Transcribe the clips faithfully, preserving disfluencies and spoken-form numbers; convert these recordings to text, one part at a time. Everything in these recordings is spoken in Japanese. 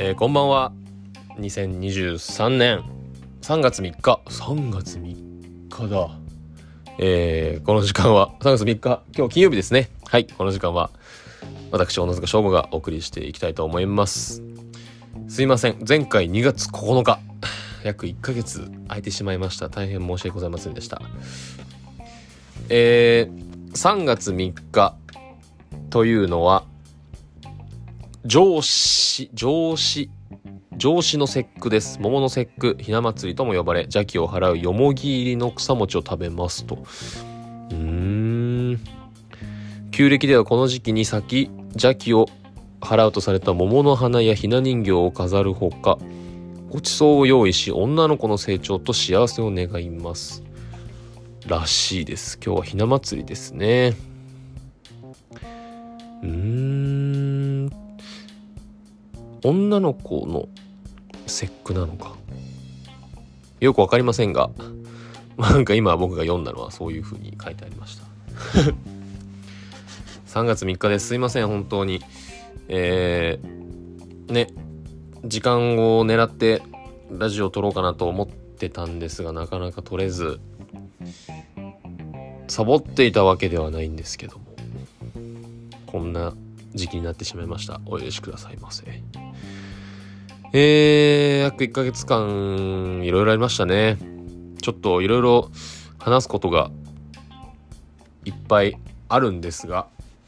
えー、こんばんは。にせんにじゅうさんねんさんがつみっかさんがつみっかだ、えー、この時間はさんがつみっか今日金曜日ですね。はい、この時間は私小野塚翔吾がお送りしていきたいと思います。すいません、前回にがつここのか約いっかげつ空いてしまいました。大変申し訳ございませんでした。えー、さんがつみっかというのは上司上司上司の節句です。桃の節句、ひな祭りとも呼ばれ、邪気を払うよもぎ入りの草餅を食べますと。うーん旧暦ではこの時期に咲き、邪気を払うとされた桃の花やひな人形を飾るほか、ごちそうを用意し、女の子の成長と幸せを願いますらしいです。今日はひな祭りですね。うーん女の子の節句なのかよくわかりませんが、なんか今僕が読んだのはそういう風に書いてありましたさんがつみっかです。すいません本当に。えー、ね時間を狙ってラジオを撮ろうかなと思ってたんですが、なかなか撮れず、サボっていたわけではないんですけども、こんな時期になってしまいました。お許しくださいませ。えー、約いっかげつかんいろいろありましたね。ちょっといろいろ話すことがいっぱいあるんですが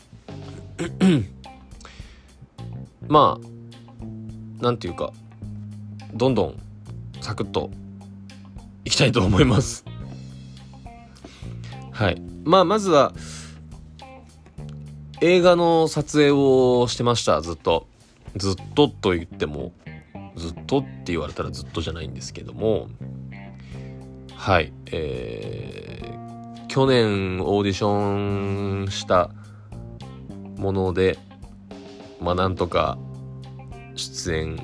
まあなんていうかどんどんサクッといきたいと思いますはい。まあまずは映画の撮影をしてました。ずっとずっとと言ってもずっとって言われたらずっとじゃないんですけども、はい、えー、去年オーディションしたもので、まあなんとか出演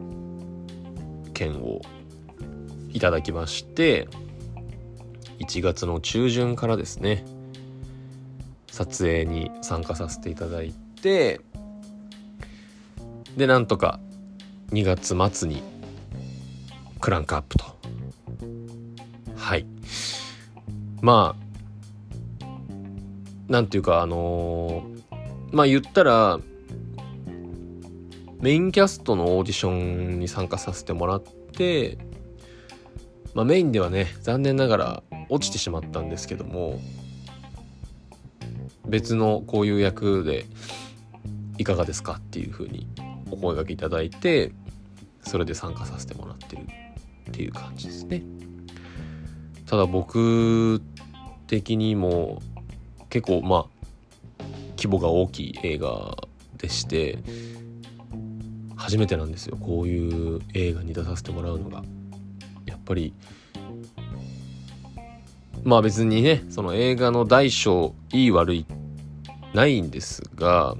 権をいただきまして、いちがつの中旬からですね撮影に参加させていただいて、でなんとかにがつまつにクランクアップと。はい。まあなんていうかあのー、まあ言ったらメインキャストのオーディションに参加させてもらって、まあメインではね残念ながら落ちてしまったんですけども、別のこういう役でいかがですかっていう風にお声掛けいただいて、それで参加させてもらってるっていう感じですね。ただ僕的にも結構まあ規模が大きい映画でして、初めてなんですよこういう映画に出させてもらうのが。やっぱりまあ別にねその映画の大小いい悪いないんですが、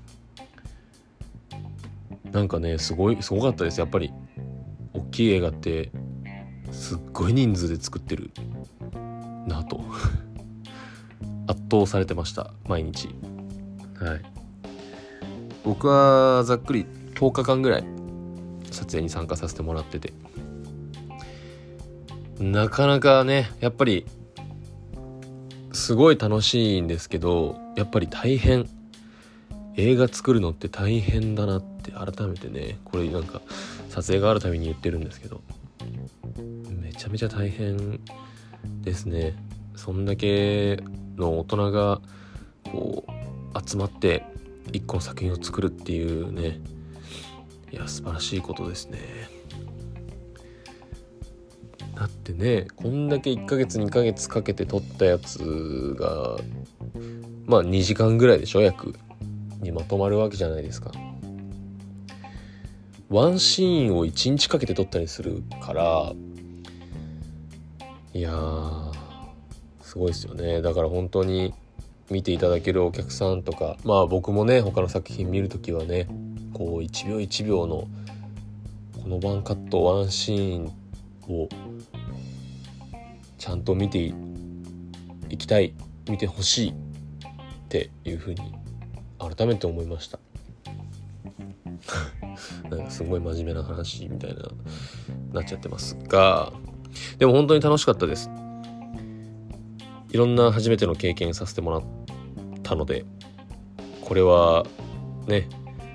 なんかねすごいすごかったです。やっぱり大きい映画ってすっごい人数で作ってるなと圧倒されてました毎日。はい。僕はざっくりとおかかんぐらい撮影に参加させてもらってて、なかなかねやっぱりすごい楽しいんですけど、やっぱり大変、映画作るのって大変だなって改めてね、これなんか撮影があるたびに言ってるんですけど、めちゃめちゃ大変ですね。そんだけの大人がこう集まって一個の作品を作るっていうね、いや素晴らしいことですね。だってねこんだけいっかげつにかげつかけて撮ったやつがまあにじかんぐらいでしょ約にまとまるわけじゃないですか。ワンシーンをいちにちかけて撮ったりするから、いやーすごいですよね。だから本当に見ていただけるお客さんとか、まあ僕もね他の作品見るときはねこういちびょういちびょうのこのワンカットワンシーンをちゃんと見ていきたい、見てほしいっていうふうに改めて思いましたなんかすごい真面目な話みたいななっちゃってますが、でも本当に楽しかったです。いろんな初めての経験させてもらったので、これはね、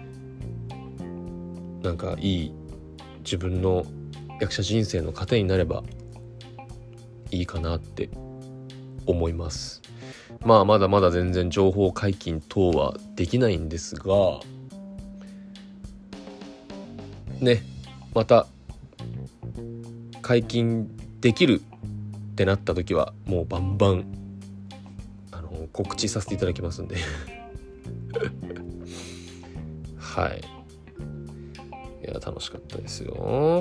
なんかいい自分の役者人生の糧になればいいかなって思います。まあまだまだ全然情報解禁等はできないんですがね、また解禁できるってなった時はもうバンバンあの告知させていただきますんではい、いや楽しかったですよ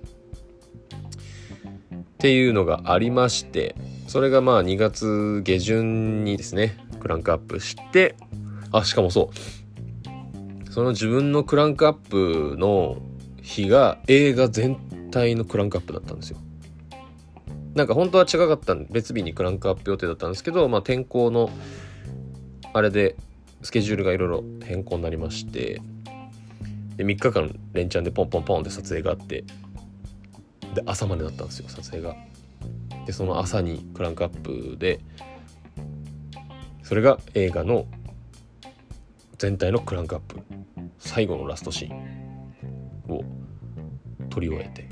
っていうのがありまして、それがまあにがつ下旬にですねクランクアップして、あしかもそうその自分のクランクアップの日が映画全体のクランクアップだったんですよ。なんか本当は違かったん別日にクランクアップ予定だったんですけど、まあ天候のあれでスケジュールがいろいろ変更になりまして、でみっかかん連チャンでポンポンポンって撮影があって、で朝までだったんですよ撮影が。でその朝にクランクアップで、それが映画の全体のクランクアップ最後のラストシーンを撮り終えて、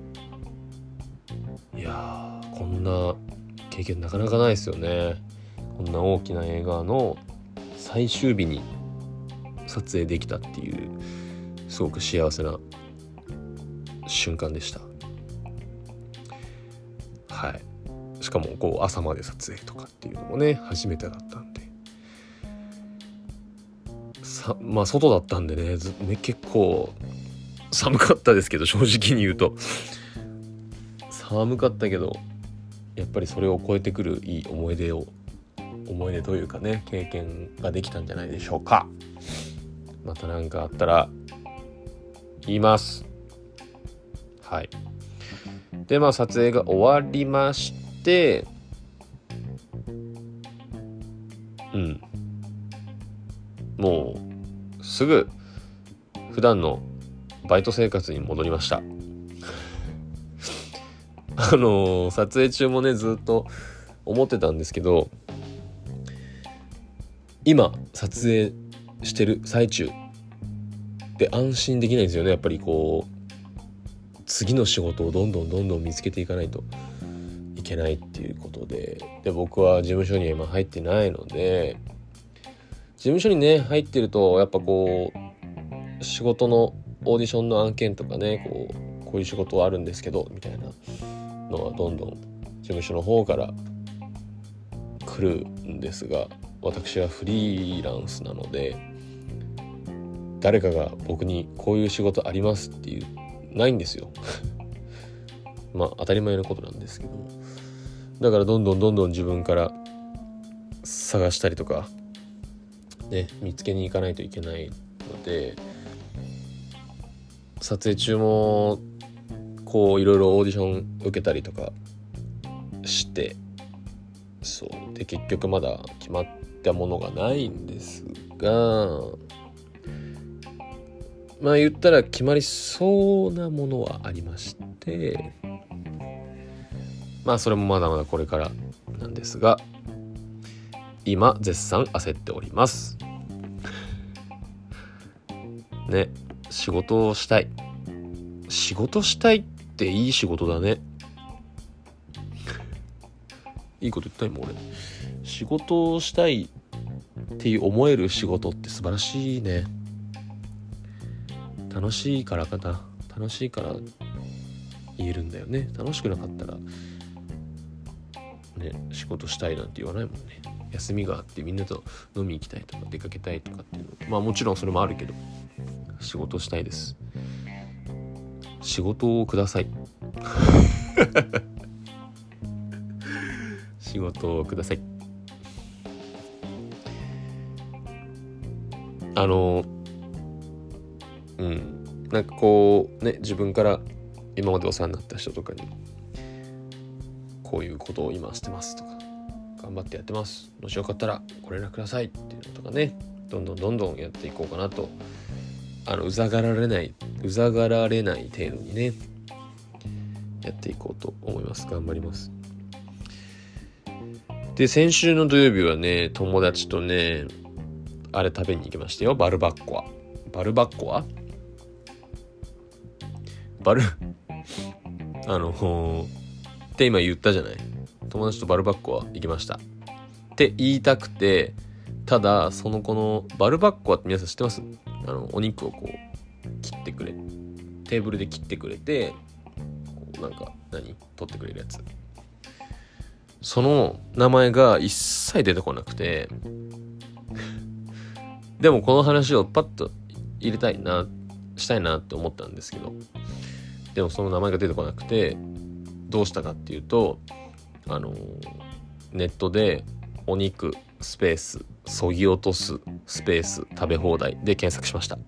いやーこんな経験なかなかないですよね。こんな大きな映画の最終日に撮影できたっていうすごく幸せな瞬間でした。はい。しかもこう朝まで撮影とかっていうのもね初めてだったんで、さまあ外だったんで ね, ずね結構寒かったですけど、正直に言うと寒かったけどやっぱりそれを超えてくるいい思い出を思い出というかね経験ができたんじゃないでしょうか。また何かあったら言います。はい。でまあ撮影が終わりまして、うんもうすぐ普段のバイト生活に戻りましたあのー、撮影中もねずっと思ってたんですけど、今撮影してる最中で安心できないんですよね。やっぱりこう次の仕事をどんどんどんどん見つけていかないといけないっていうことで、で僕は事務所には今入ってないので、事務所にね入ってるとやっぱこう仕事のオーディションの案件とかねこうこういう仕事あるんですけどみたいなのはどんどん事務所の方から来るんですが、私はフリーランスなので誰かが僕にこういう仕事ありますっていうないんですよまあ当たり前のことなんですけども、だからどんどんどんどん自分から探したりとかね見つけに行かないといけないので、撮影中もこういろいろオーディション受けたりとかして、そうで結局まだ決まったものがないんですが、まあ言ったら決まりそうなものはありまして、まあそれもまだまだこれからなんですが、今絶賛焦っておりますね。仕事をしたい仕事したいっていい仕事だねいいこと言った今俺。仕事をしたいっていう思える仕事って素晴らしいね。楽しいからかな楽しいから言えるんだよね。楽しくなかったらね仕事したいなんて言わないもんね。休みがあってみんなと飲み行きたいとか出かけたいとかっていうの、まあもちろんそれもあるけど仕事したいです。仕事をください仕事をください。あのうんなんかこうね自分から今までお世話になった人とかにこういうことを今してますとか頑張ってやってますもしよかったらご連絡くださいっていうのとかねどんどんどんどんやっていこうかなとあのうざがられないうざがられない程度にねやっていこうと思います。頑張ります。で先週の土曜日はね友達とねあれ食べに行きましたよ。バルバッコアバルバッコアバルあのって今言ったじゃない。友達とバルバッコア行きましたって言いたくて、ただその子のバルバッコアって皆さん知ってます？あのお肉をこう切ってくれテーブルで切ってくれてこうなんか何取ってくれるやつ、その名前が一切出てこなくてでもこの話をパッと入れたいなしたいなって思ったんですけど、でもその名前が出てこなくてどうしたかっていうと、あのネットでお肉スペースそぎ落とすスペース食べ放題で検索しました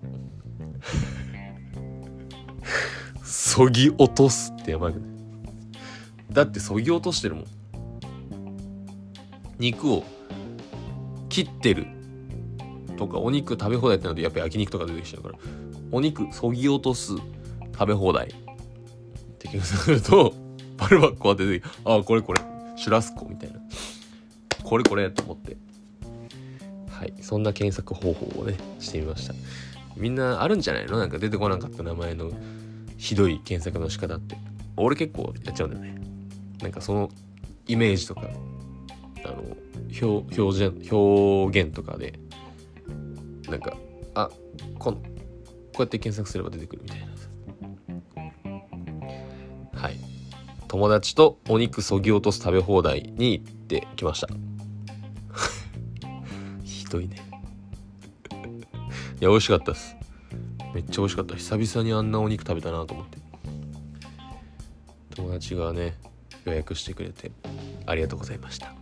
そぎ落とすってやばいね。だってそぎ落としてるもん。肉を切ってるとかお肉食べ放題ってなるとやっぱ焼肉とか出てきちゃうから、お肉そぎ落とす食べ放題って検索するとバルバッコア出てきて、ああこれこれシュラスコみたいな、これこれと思って、はい、そんな検索方法をねしてみました。みんなあるんじゃないの？なんか出てこなかった名前のひどい検索の仕方って。俺結構やっちゃうんだよね。なんかそのイメージとかあの 表, 表現表現とかでなんかあこんこうやって検索すれば出てくるみたいな。はい、友達とお肉そぎ落とす食べ放題に行ってきましたひどいねいや美味しかったです。めっちゃ美味しかった。久々にあんなお肉食べたなと思って。友達がね予約してくれてありがとうございました。はい、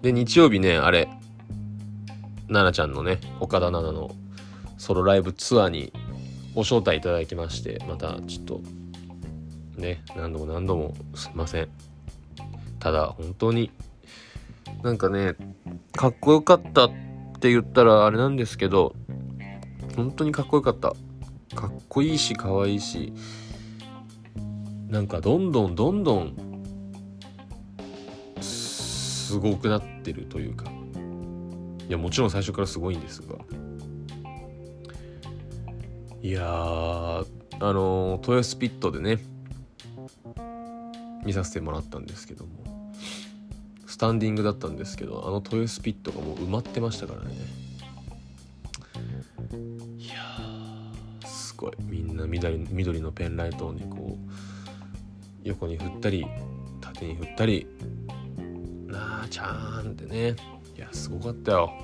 で日曜日ねあれ奈々ちゃんのね岡田奈々のソロライブツアーにお招待いただきまして、またちょっとね何度も何度もすいません。ただ本当になんかねかっこよかったって言ったらあれなんですけど、本当にかっこよかった。かっこいいし可愛いし、なんかどんどんどんどんすごくなってるというか、いやもちろん最初からすごいんですが、いやーあのー、豊洲ピットでね見させてもらったんですけども、スタンディングだったんですけど、あの豊洲ピットがもう埋まってましたからね。いやーすごい、みんな緑、緑のペンライトにこう横に振ったり縦に振ったりなあちゃーんってね、いやすごかったよ。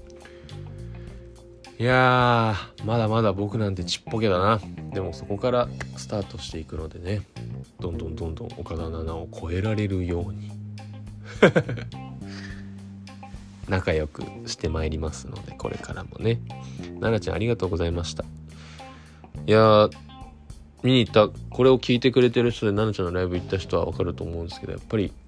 いやーまだまだ僕なんてちっぽけだな。でもそこからスタートしていくのでね、どんどんどんどん岡田奈々を超えられるように仲良くしてまいりますので、これからもね。奈々ちゃんありがとうございました。いやー見に行った、これを聞いてくれてる人で奈々ちゃんのライブ行った人は分かると思うんですけど、やっぱり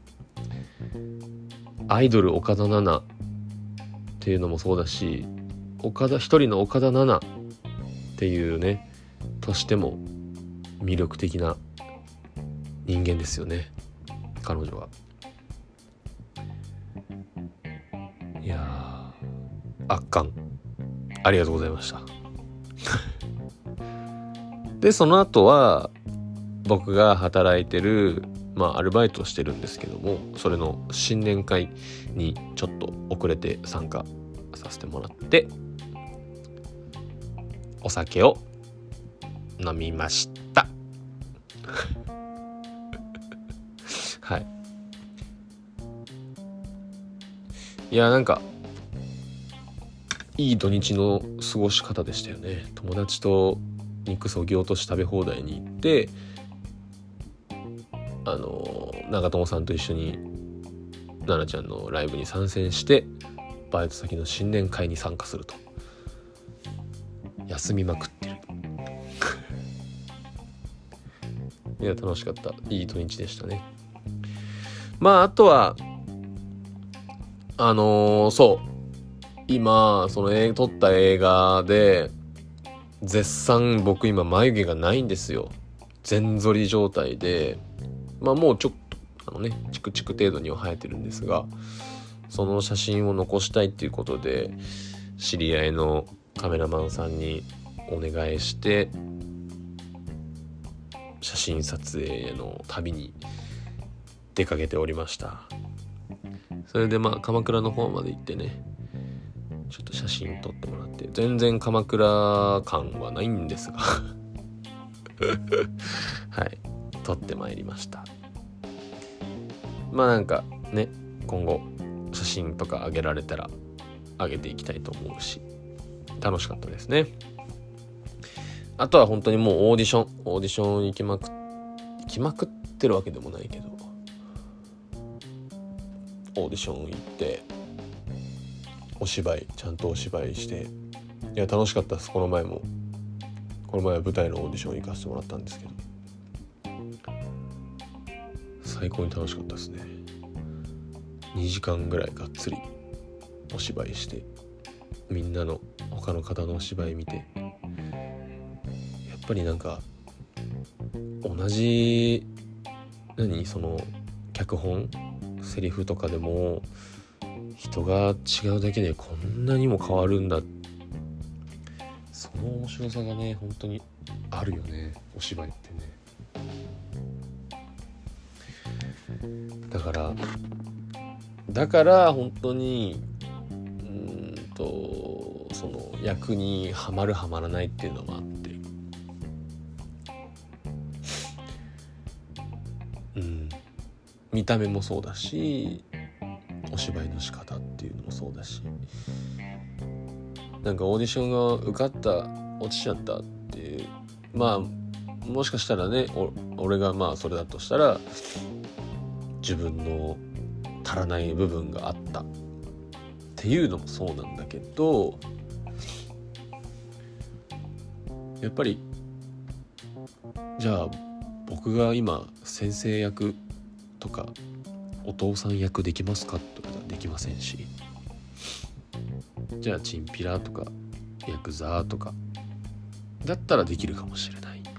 アイドル岡田奈々っていうのもそうだし、岡田一人の岡田奈々っていうねとしても魅力的な人間ですよね、彼女は。いやー圧巻ありがとうございましたでその後は僕が働いてるまあアルバイトをしてるんですけども、それの新年会にちょっと遅れて参加させてもらってお酒を飲みましたはい。いやなんかいい土日の過ごし方でしたよね。友達と肉そぎ落とし食べ放題に行って、あの長友さんと一緒に奈々ちゃんのライブに参戦して、バイト先の新年会に参加すると。休みまくってるいや楽しかった、いい土日でしたね。まああとはあのー、そう今その映撮った映画で絶賛僕今眉毛がないんですよ。全剃り状態で、まあもうちょっとあのねチクチク程度には生えてるんですが、その写真を残したいっていうことで知り合いのカメラマンさんにお願いして写真撮影の旅に出かけておりました。それでまあ鎌倉の方まで行ってね、ちょっと写真撮ってもらって、全然鎌倉感はないんですがはい撮ってまいりました。まあなんかね、今後写真とか上げられたら上げていきたいと思うし、楽しかったですね。あとは本当にもうオーディションオーディション行きまく行きまくってるわけでもないけど、オーディション行ってお芝居ちゃんとお芝居して、いや楽しかったです。この前もこの前は舞台のオーディション行かせてもらったんですけど、最高に楽しかったですね。にじかんぐらいがっつりお芝居して、みんなの他の方のお芝居見て、やっぱりなんか同じ何その脚本セリフとかでも人が違うだけでこんなにも変わるんだ、その面白さがね本当にあるよね、お芝居ってね。だからだから本当にうーんとその役にはまるはまらないっていうのもあって、うん見た目もそうだし、お芝居の仕方っていうのもそうだし、なんかオーディションが受かった落ちちゃったっていう、まあもしかしたらね、俺がまあそれだとしたら自分の足らない部分があったっていうのもそうなんだけど、やっぱりじゃあ僕が今先生役とかお父さん役できますかとかできませんし、じゃあチンピラとかヤクザとかだったらできるかもしれない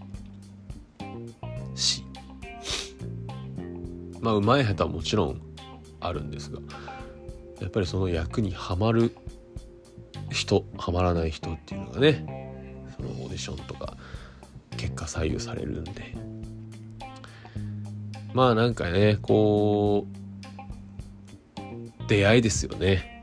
し、まあうまい下手はもちろんあるんですが、やっぱりその役にはまる人はまらない人っていうのがね、そのオーディションとか結果左右されるんで、まあなんかねこう出会いですよね。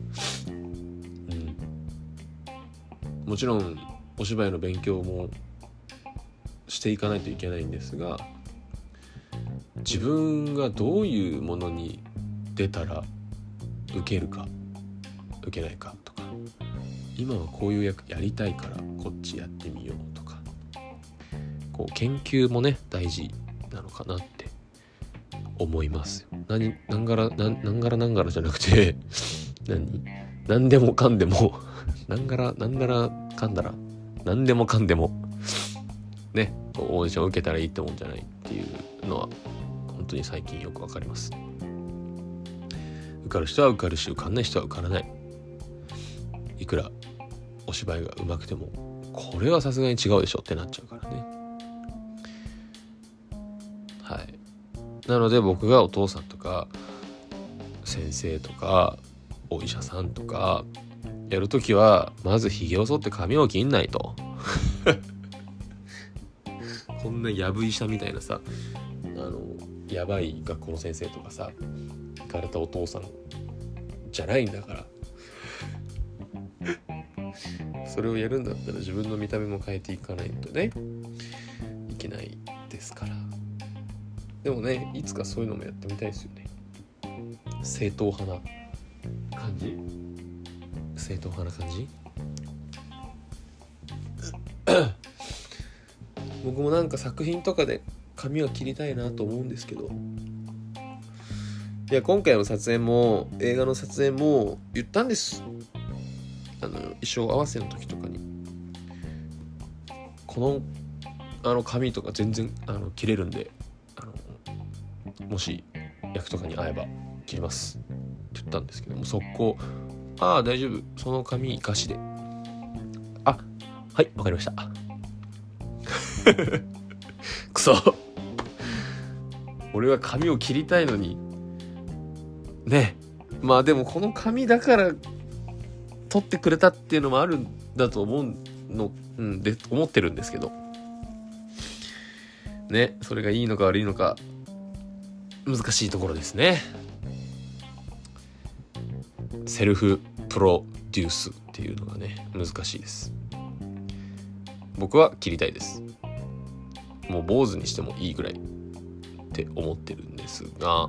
うん、もちろんお芝居の勉強もしていかないといけないんですが、自分がどういうものに出たら受けるか受けないかとか、今はこういう役やりたいからこっちやってみようとか、こう研究もね大事なのかなって思いますよ。何なんがらなんなんがらなんがらじゃなくて何何でもかんでもなんがらなんだらかんだら何でもかんでもね、オーディション受けたらいいってもんじゃないっていうのは本当に最近よくわかります。受かる人は受かるし、受かんない人は受からない。いくらお芝居が上手くてもこれはさすがに違うでしょってなっちゃうからね。はい。なので僕がお父さんとか先生とかお医者さんとかやるときはまずひげを剃って髪を切んないとこんなやぶ医者みたいなさ、あのやばい学校の先生とかさ、行かれたお父さんじゃないんだからそれをやるんだったら自分の見た目も変えていかないとねいけないですから。でもね、いつかそういうのもやってみたいですよね。正統派な感じ正統派な感じ僕もなんか作品とかで髪は切りたいなと思うんですけど、いや今回の撮影も映画の撮影も言ったんです。あの衣装合わせの時とかにこのあの髪とか全然あの切れるんで、あのもし役とかに合えば切りますって言ったんですけども、速攻ああ大丈夫、その紙生かしで。あ、はいわかりましたくそ、俺は髪を切りたいのにね。まあでもこの髪だから取ってくれたっていうのもあるんだと思うの、うん、で思ってるんですけどね。それがいいのか悪いのか難しいところですね。セルフプロデュースっていうのがね難しいです。僕は切りたいです。もう坊主にしてもいいぐらいって思ってるんですが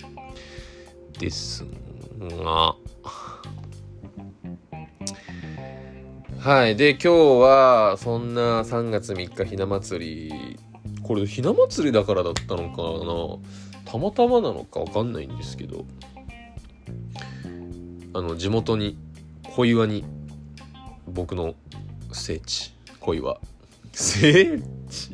ですがはいで、今日はそんなさんがつみっかひな祭り、これひな祭りだからだったのかな、たまたまなのかわかんないんですけど、あの地元に小岩に、僕の聖地小岩聖地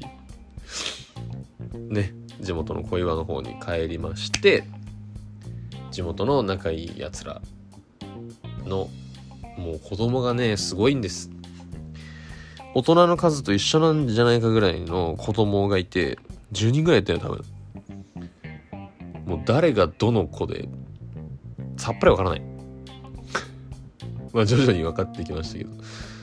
ね、地元の小岩の方に帰りまして、地元の仲いいやつらのもう子供がねすごいんです。大人の数と一緒なんじゃないかぐらいの子供がいて、じゅうにんぐらいいたよ多分。もう誰がどの子でさっぱりわからないまあ徐々に分かってきましたけど、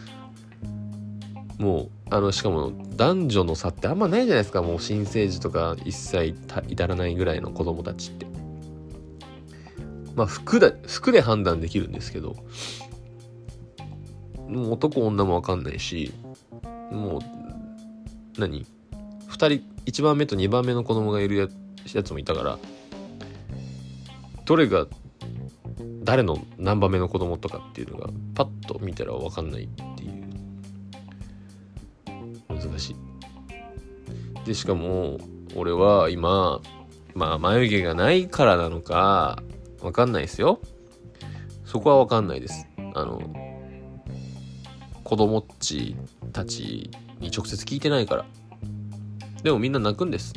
もうあのしかも男女の差ってあんまないじゃないですか。もう新生児とか一切至らないぐらいの子供たちって、まあ服だ服で判断できるんですけど、もう男女も分かんないし、もう何ふたりいちばんめとにばんめの子供がいる や, やつもいたから、どれが誰の何番目の子供とかっていうのがパッと見たら分かんないっていう、難しい。でしかも俺は今まあ眉毛がないからなのか分かんないですよ。そこは分かんないです。あの子供っちたちに直接聞いてないから。でもみんな泣くんです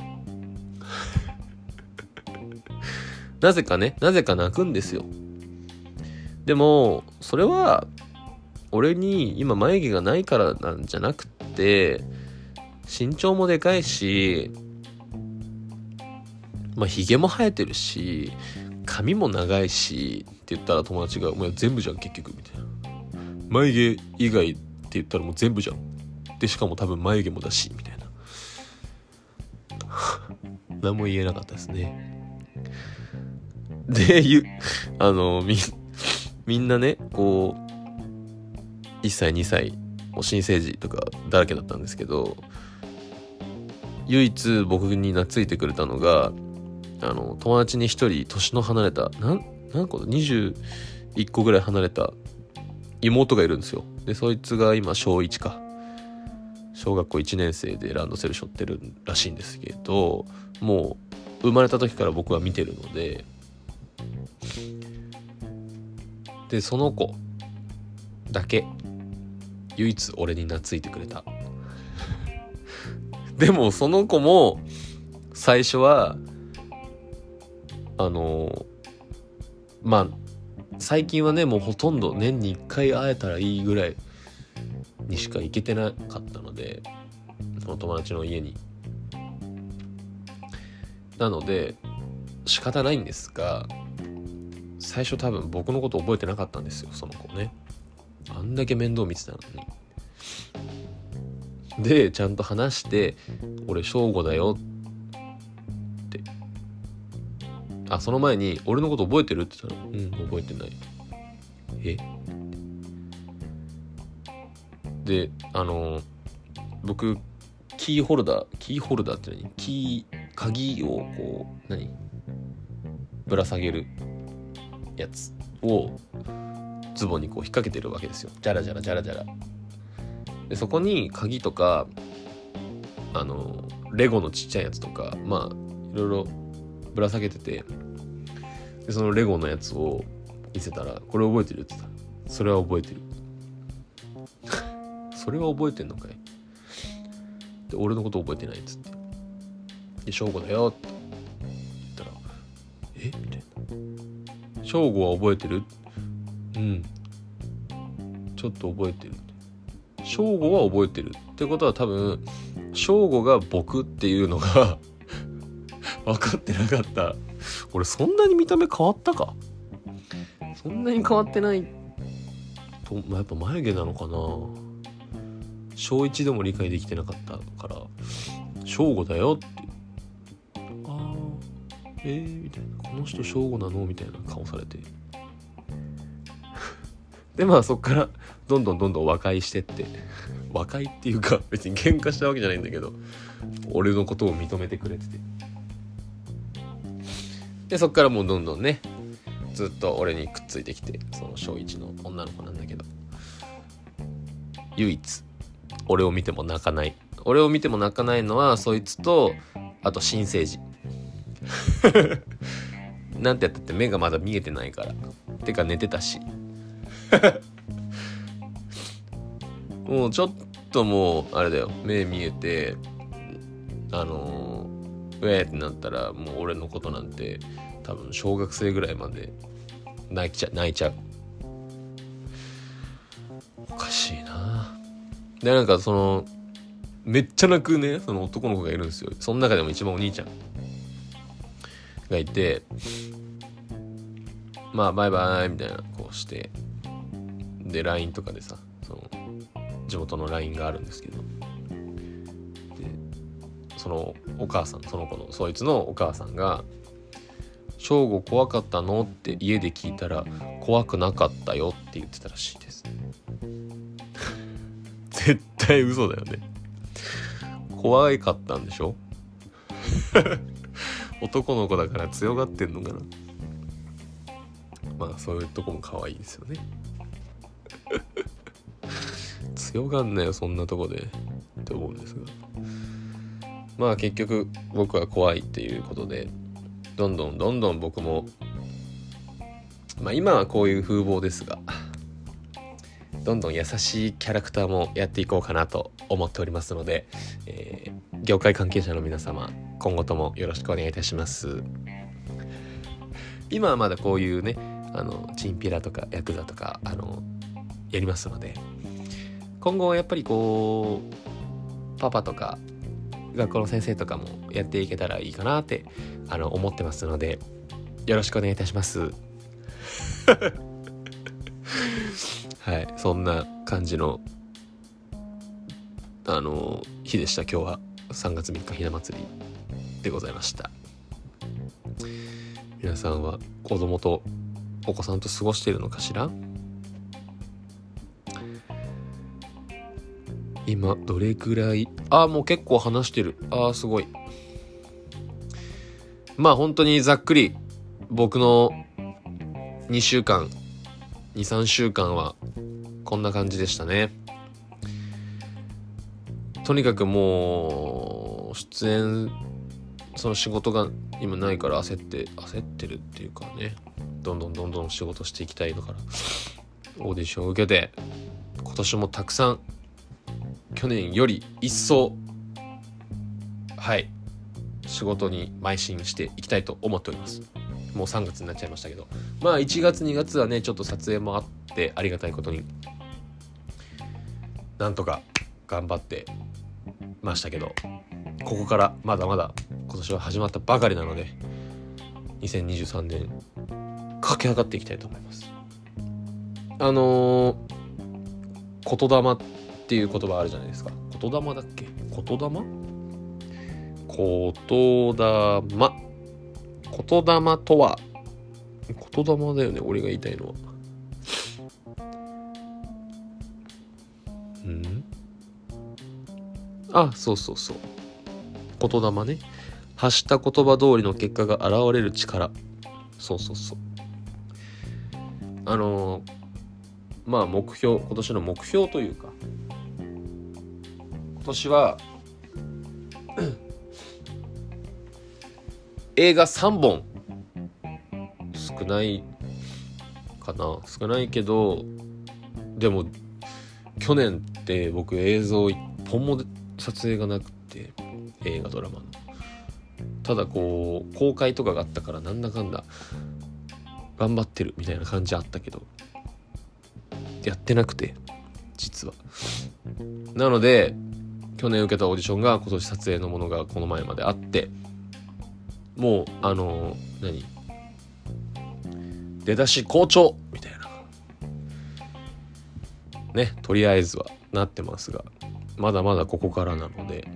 なぜかねなぜか泣くんですよ。でもそれは俺に今眉毛がないからなんじゃなくて、身長もでかいし、まあひげも生えてるし髪も長いしって言ったら、友達がもう全部じゃん結局みたいな、眉毛以外って言ったらもう全部じゃんで、しかも多分眉毛もだしみたいな何も言えなかったですね。でゆあのみみんなねこういっさいにさいもう新生児とかだらけだったんですけど、唯一僕に懐いてくれたのが、あの友達に一人年の離れたなん何個だにじゅういっこぐらい離れた妹がいるんですよ。でそいつが今しょういちか小学校いちねん生でランドセル背負ってるらしいんですけど、もう生まれた時から僕は見てるので、でその子だけ唯一俺に懐いてくれたでもその子も最初はあのまあ最近はねもうほとんど年にいっかい会えたらいいぐらいにしか行けてなかったので、その友達の家に。なので仕方ないんですが、最初多分僕のこと覚えてなかったんですよその子ね。あんだけ面倒見てたのに。でちゃんと話して、俺正吾だよって。あその前に俺のこと覚えてるって言ったら、うん覚えてない。えであの僕キーホルダーキーホルダーって何、キー鍵をこう何ぶら下げるやつをズボンにこう引っ掛けてるわけですよ。ジャラジャラジャラジャラで、そこに鍵とかあのレゴのちっちゃいやつとかまあいろいろぶら下げてて、でそのレゴのやつを見せたら、これ覚えてるって言ったら、それは覚えてるそれは覚えてんのかいで、俺のこと覚えてないっつって、で正吾だよって言ったら、えみたいな、正吾は覚えてる、うんちょっと覚えてる。正吾は覚えてるってことは多分正吾が僕っていうのが分かってなかった。俺そんなに見た目変わったか。そんなに変わってないと、まあ、やっぱ眉毛なのかな。小一でも理解できてなかったから正吾だよって、あーえーみたいな、この人正吾なのみたいな顔されてでまあそっからどんどんどんどん和解してって、和解っていうか別に喧嘩したわけじゃないんだけど、俺のことを認めてくれてて、でそっからもうどんどんねずっと俺にくっついてきて、その小一の女の子なんだけど、唯一俺を見ても泣かない。俺を見ても泣かないのはそいつと、あと新生児なんてやったって目がまだ見えてないから、てか寝てたしもうちょっともうあれだよ、目見えてあのー、ウェーってなったらもう俺のことなんて多分小学生ぐらいまで泣いちゃ泣いちゃう。おかしいな。でなんかそのめっちゃ泣くね、その男の子がいるんですよ。その中でも一番お兄ちゃんがいて、まあバイバイみたいなこうして、で ライン とかでさ、その地元の ライン があるんですけど、でそのお母さん、その子のそいつのお母さんが正吾怖かったのって家で聞いたら怖くなかったよって言ってたらしいです絶対嘘だよね。怖かったんでしょ男の子だから強がってんのかな。まあそういうとこも可愛いですよね強がんなよそんなとこでって思うんですが、まあ結局僕は怖いっていうことで、どんどんどんどん僕も、まあ今はこういう風貌ですが、どんどん優しいキャラクターもやっていこうかなと思っておりますので、えー、業界関係者の皆様今後ともよろしくお願いいたします。今はまだこういうね、あのチンピラとかヤクザとかあのやりますので、今後はやっぱりこうパパとか学校の先生とかもやっていけたらいいかなってあの思ってますので、よろしくお願いいたしますはい、そんな感じのあの日でした。今日はさんがつみっかひな祭りでございました。皆さんは子供とお子さんと過ごしているのかしら。今どれくらい、あもう結構話してる。あすごい。まあ本当にざっくり僕のにしゅうかん にさんしゅうかんはこんな感じでしたね。とにかくもう出演その仕事が今ないから焦って焦ってるっていうかね、どんどんどんどん仕事していきたいだからオーディションを受けて、今年もたくさん去年より一層はい仕事に邁進していきたいと思っております。もうさんがつになっちゃいましたけど、まあいちがつにがつはねちょっと撮影もあってありがたいことになんとか頑張ってましたけど、ここからまだまだ今年は始まったばかりなのでにせんにじゅうさんねん駆け上がっていきたいと思います。あのー、言霊っていう言葉あるじゃないですか。言霊だっけ、言霊言霊言霊とは言霊だよね、俺が言いたいのは。うんあそうそうそう、言霊ね。発した言葉通りの結果が現れる力。そうそうそう。あのー、まあ目標、今年の目標というか、今年は映画さんぼん、少ないかな、少ないけどでも去年って僕映像一本も撮影がなくて、映画ドラマのただこう公開とかがあったからなんだかんだ頑張ってるみたいな感じあったけどやってなくて、 実は。なので去年受けたオーディションが今年撮影のものがこの前まであって、もうあの何出だし好調みたいなね、とりあえずはなってますが、まだまだここからなので、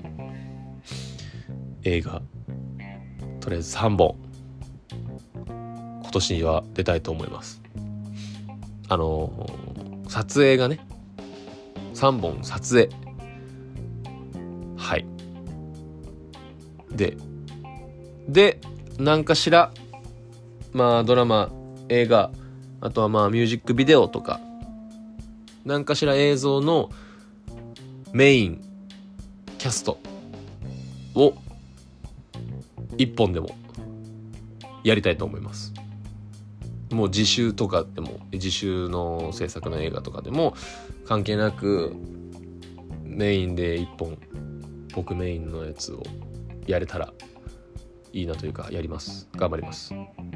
映画とりあえずさんぼん今年は出たいと思います。あの撮影がねさんぼん撮影、はい、でで何かしらまあドラマ映画、あとはまあミュージックビデオとか何かしら映像のメインキャストを一本でもやりたいと思います。もう自主とかでも自主の制作の映画とかでも関係なくメインで一本僕メインのやつをやれたらいいなというか、やります。頑張ります。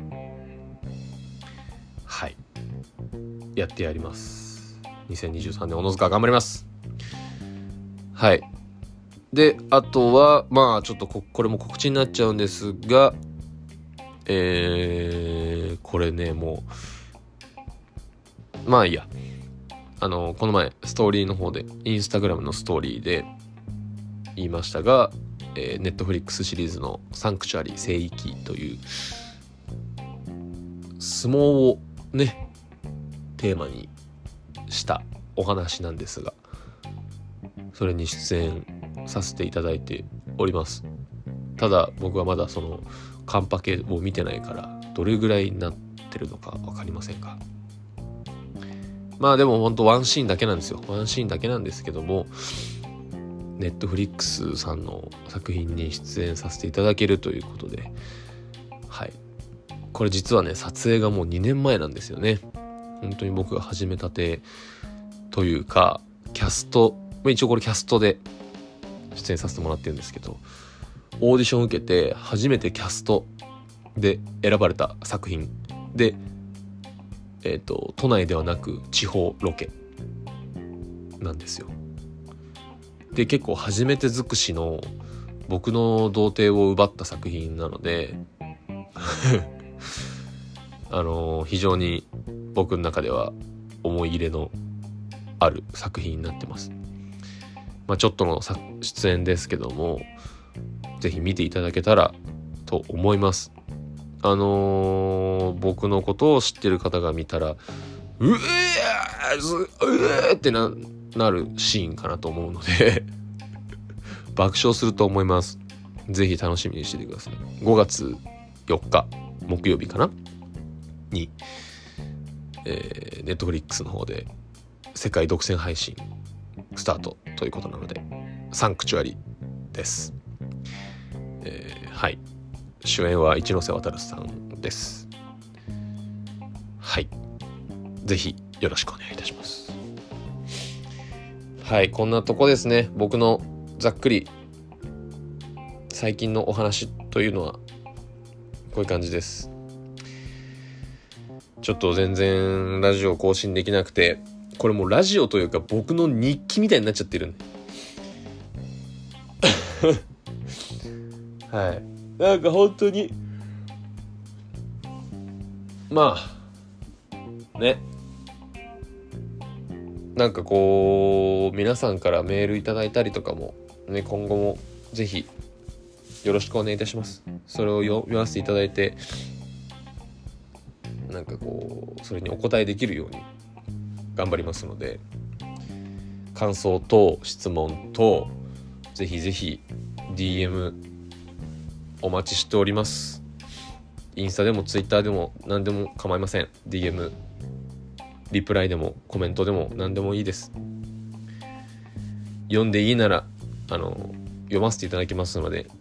はい、やってやります。にせんにじゅうさんねん小野塚頑張ります。はい。であとはまあちょっと こ, これも告知になっちゃうんですが、えー、これねもうまあいいや、あのこの前ストーリーの方でインスタグラムのストーリーで言いましたが、えー、ネットフリックスシリーズのサンクチュアリ聖域という相撲をねテーマにしたお話なんですが、それに出演させていただいております。ただ僕はまだそのカンパケを見てないからどれぐらいになってるのか分かりませんが、まあでも本当ワンシーンだけなんですよ。ワンシーンだけなんですけども、ネットフリックスさんの作品に出演させていただけるということで、はい、これ実はね撮影がもうにねんまえなんですよね。本当に僕が始めたてというか、キャスト一応これキャストで出演させてもらってるんですけど、オーディションを受けて初めてキャストで選ばれた作品で、えーと、都内ではなく地方ロケなんですよ。で結構初めて尽くしの僕の童貞を奪った作品なのであのー、非常に僕の中では思い入れのある作品になってます。まあ、ちょっとの出演ですけども、ぜひ見ていただけたらと思います。あのー、僕のことを知ってる方が見たらうえーうえーって な, なるシーンかなと思うので爆笑すると思います。ぜひ楽しみにしててください。ごがつよっか木曜日かなに、えー、Netflix の方で世界独占配信スタートということなので、サンクチュアリです。えー、はい、主演は一ノ瀬渡さんです。はい、ぜひよろしくお願いいたします。はい、こんなとこですね。僕のざっくり最近のお話というのはこういう感じです。ちょっと全然ラジオ更新できなくて、これもうラジオというか僕の日記みたいになっちゃってるんではい、なんか本当にまあね、なんかこう皆さんからメールいただいたりとかもね、今後もぜひよろしくお願いいたします。それを読ませていただいて、なんかこうそれにお答えできるように頑張りますので、感想と質問とぜひぜひ ディーエム お待ちしております。インスタでもツイッターでも何でも構いません。 ディーエム リプライでもコメントでも何でもいいです。読んでいいならあの読ませていただきますので、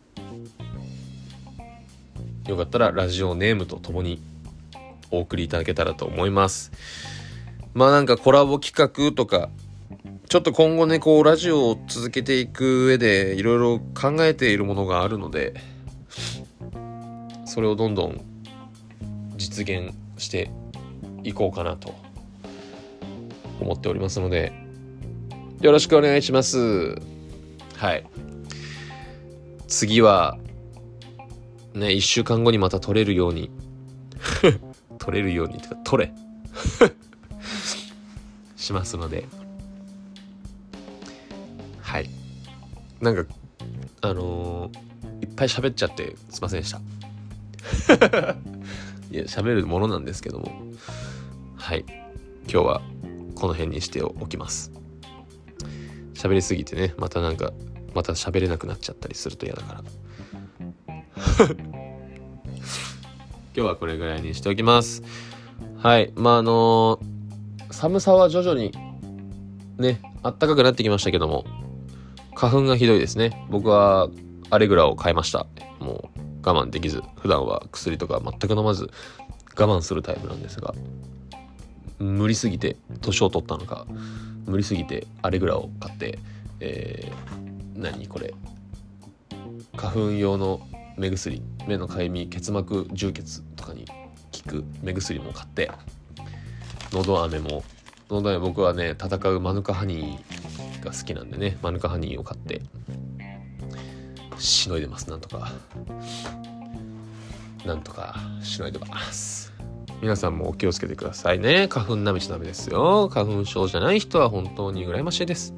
よかったらラジオネームとともにお送りいただけたらと思います。まあなんかコラボ企画とかちょっと今後ねこうラジオを続けていく上でいろいろ考えているものがあるので、それをどんどん実現していこうかなと思っておりますので、 よろしくお願いします。はい。次は、ね、一週間後にまた撮れるように、撮れるように、てか、撮れしますので、はい。なんか、あのー、いっぱい喋っちゃってすいませんでした。いや、喋るものなんですけども、はい。今日はこの辺にしておきます。喋りすぎてね、またなんか、また喋れなくなっちゃったりすると嫌だから。今日はこれぐらいにしておきます。はい。まあ、あのー、寒さは徐々にね、暖かくなってきましたけども、花粉がひどいですね。僕はアレグラを買いました。もう我慢できず、普段は薬とか全く飲まず我慢するタイプなんですが、無理すぎて年を取ったのか、無理すぎてアレグラを買って、えー、何これ花粉用の目薬、目のかゆみ、結膜充血とかに効く目薬も買って、喉飴も喉飴僕はね、戦うマヌカハニーが好きなんでね、マヌカハニーを買ってしのいでます。なんとかなんとかしのいでます。皆さんもお気をつけてくださいね。花粉なめちゃダメですよ。花粉症じゃない人は本当に羨ましいです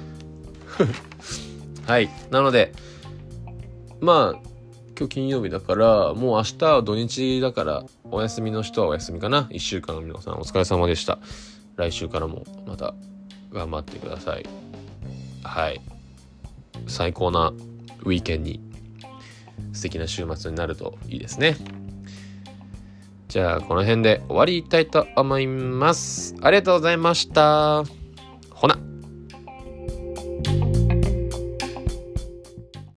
はい。なのでまあ今日金曜日だから、もう明日は土日だから、お休みの人はお休みかな。いっしゅうかんの皆さんお疲れ様でした。来週からもまた頑張ってください。はい。最高なウィーケンに、素敵な週末になるといいですね。じゃあこの辺で終わりたいと思います。ありがとうございました。